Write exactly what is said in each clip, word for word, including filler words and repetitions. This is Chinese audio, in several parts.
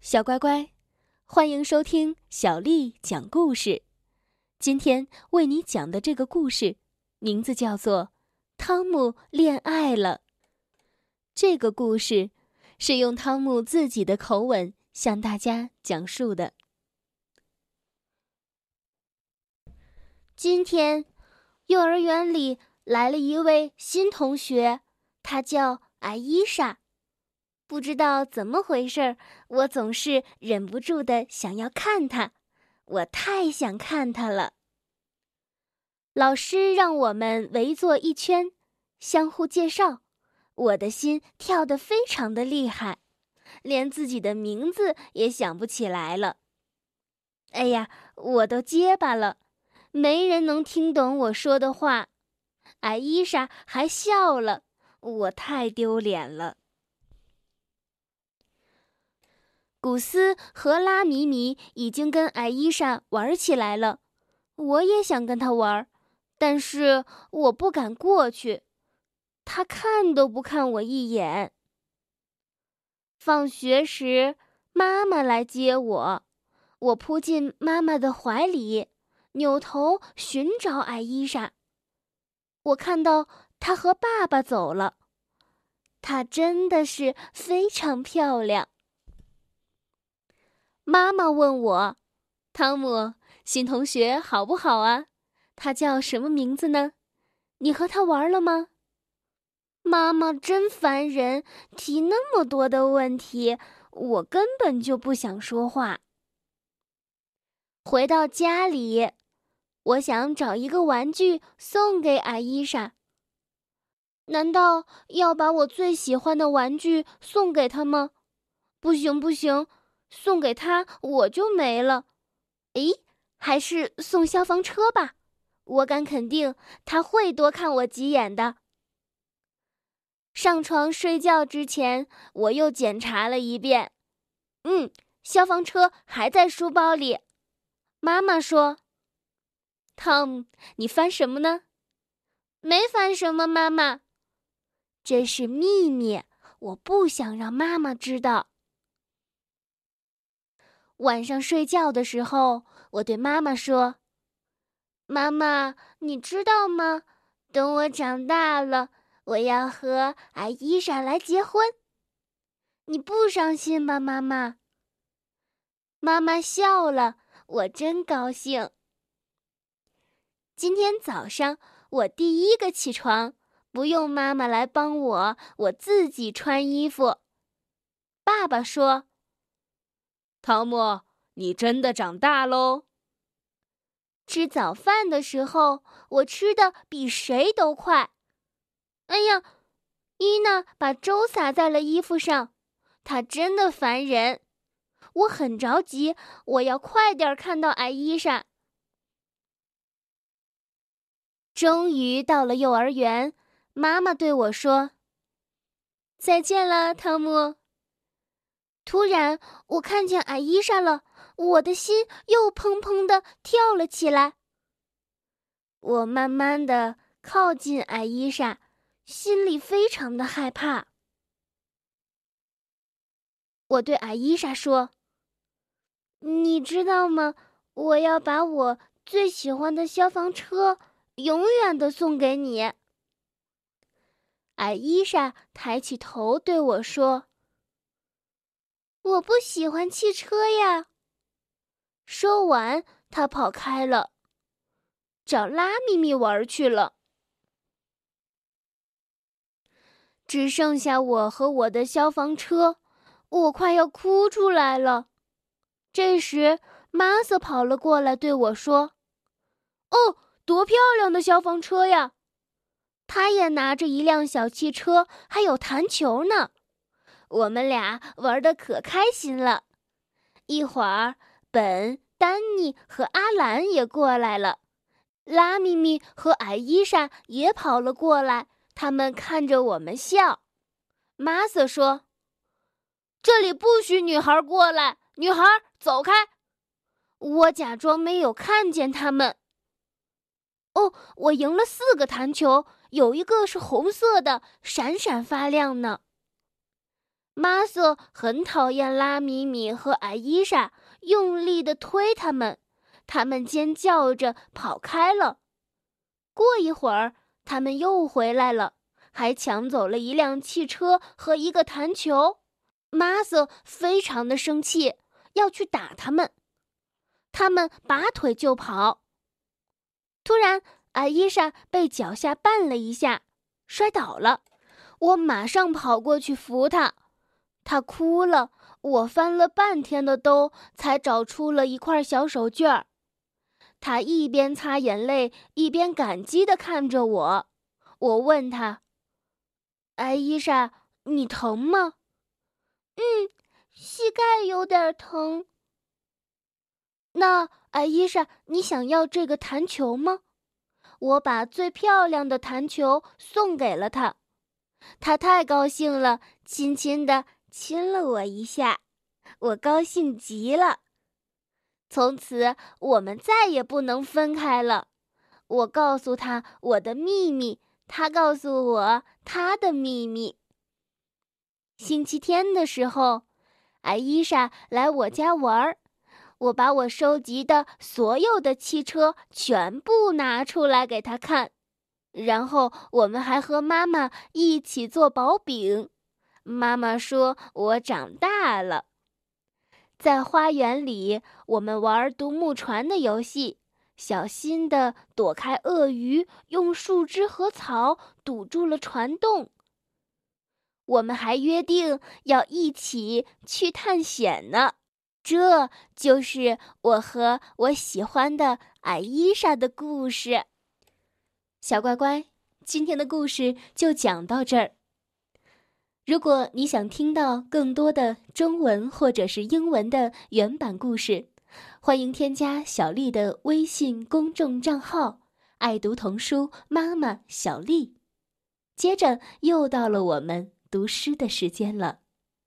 小乖乖，欢迎收听小丽讲故事。今天为你讲的这个故事，名字叫做《汤姆恋爱了》。这个故事是用汤姆自己的口吻向大家讲述的。 今天，幼儿园里来了一位新同学，她叫艾伊莎。不知道怎么回事，我总是忍不住的想要看她，我太想看她了。老师让我们围坐一圈，相互介绍，我的心跳得非常的厉害，连自己的名字也想不起来了。哎呀，我都结巴了，没人能听懂我说的话。艾伊莎还笑了，我太丢脸了。古斯和拉米米已经跟艾伊莎玩起来了，我也想跟她玩，但是我不敢过去，她看都不看我一眼。放学时，妈妈来接我，我扑进妈妈的怀里，扭头寻找艾伊莎。我看到她和爸爸走了，她真的是非常漂亮。妈妈问我， 汤姆，新同学好不好啊？他叫什么名字呢？你和他玩了吗？ 妈妈真烦人，提那么多的问题，我根本就不想说话。回到家里，我想找一个玩具送给艾伊莎。难道要把我最喜欢的玩具送给她吗？不行不行，送给她我就没了。诶，还是送消防车吧，我敢肯定她会多看我几眼的。上床睡觉之前，我又检查了一遍。嗯，消防车还在书包里。妈妈说：“ 汤姆，你翻什么呢？” 没翻什么，妈妈。这是秘密，我不想让妈妈知道。晚上睡觉的时候，我对妈妈说：“妈妈，你知道吗？等我长大了，我要和艾伊莎来结婚。你不伤心吧，妈妈？”妈妈笑了，我真高兴。今天早上我第一个起床，不用妈妈来帮我，我自己穿衣服。爸爸说：“ 汤姆，你真的长大喽。” 吃早饭的时候，我吃的比谁都快。哎呀，伊娜把粥洒在了衣服上，她真的烦人。我很着急，我要快点看到艾伊莎。终于到了幼儿园，妈妈对我说：“再见了，汤姆。”突然，我看见艾伊莎了，我的心又砰砰地跳了起来。我慢慢地靠近艾伊莎，心里非常的害怕。我对艾伊莎说：“你知道吗？我要把我最喜欢的消防车永远地送给你。”艾伊莎抬起头对我说：“我不喜欢汽车呀。”说完，她跑开了，找拉咪咪玩去了。只剩下我和我的消防车，我快要哭出来了。这时，玛瑟跑了过来对我说：“哦，多漂亮的消防车呀！”他也拿着一辆小汽车，还有弹球呢。我们俩玩得可开心了。一会儿，本、丹尼和阿兰也过来了，拉咪咪和艾伊莎也跑了过来，他们看着我们笑。玛瑟说：“这里不许女孩过来，女孩走开。”我假装没有看见他们。哦，我赢了四个弹球，有一个是红色的，闪闪发亮呢。 玛瑟很讨厌拉米米和艾伊莎，用力地推他们，他们尖叫着跑开了。过一会儿，他们又回来了，还抢走了一辆汽车和一个弹球。玛瑟非常的生气，要去打他们。他们拔腿就跑。突然，艾伊莎被脚下绊了一下，摔倒了。我马上跑过去扶她，她哭了。我翻了半天的兜，才找出了一块小手绢儿。她一边擦眼泪，一边感激地看着我。我问她：“艾伊莎，你疼吗？”“嗯，膝盖有点疼。”“那艾伊莎，你想要这个弹球吗？”我把最漂亮的弹球送给了她，她太高兴了，轻轻地亲了我一下，我高兴极了。从此我们再也不能分开了。我告诉她我的秘密，她告诉我她的秘密。星期天的时候，艾伊莎来我家玩，我把我收集的所有的汽车全部拿出来给她看，然后我们还和妈妈一起做薄饼。妈妈说我长大了。在花园里，我们玩独木船的游戏，小心地躲开鳄鱼，用树枝和草堵住了船洞。我们还约定要一起去探险呢。这就是我和我喜欢的艾伊莎的故事。 小乖乖，今天的故事就讲到这儿。如果你想听到更多的中文或者是英文的原版故事，欢迎添加小丽的微信公众账号“爱读童书妈妈小丽”。接着又到了我们读诗的时间了。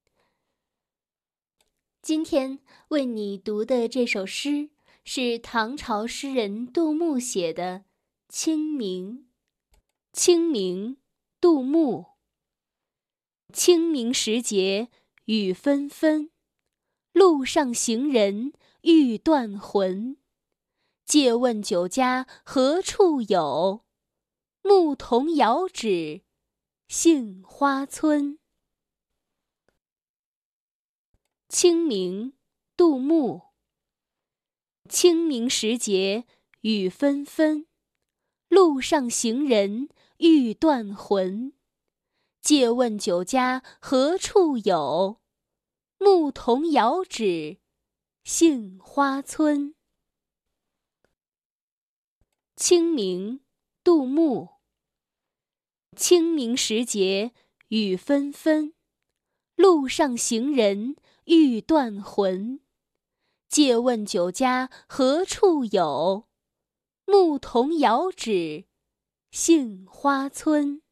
今天为你读的这首诗是唐朝诗人杜牧写的《清明》。清明，杜牧。清明时节雨纷纷，路上行人欲断魂。借问酒家何处有？牧童遥指杏花村。清明，杜牧。清明时节雨纷纷，路上行人欲断魂。借问酒家何处有？牧童遥指杏花村。清明，杜牧。清明时节雨纷纷，路上行人欲断魂。借问酒家何处有？牧童遥指杏花村。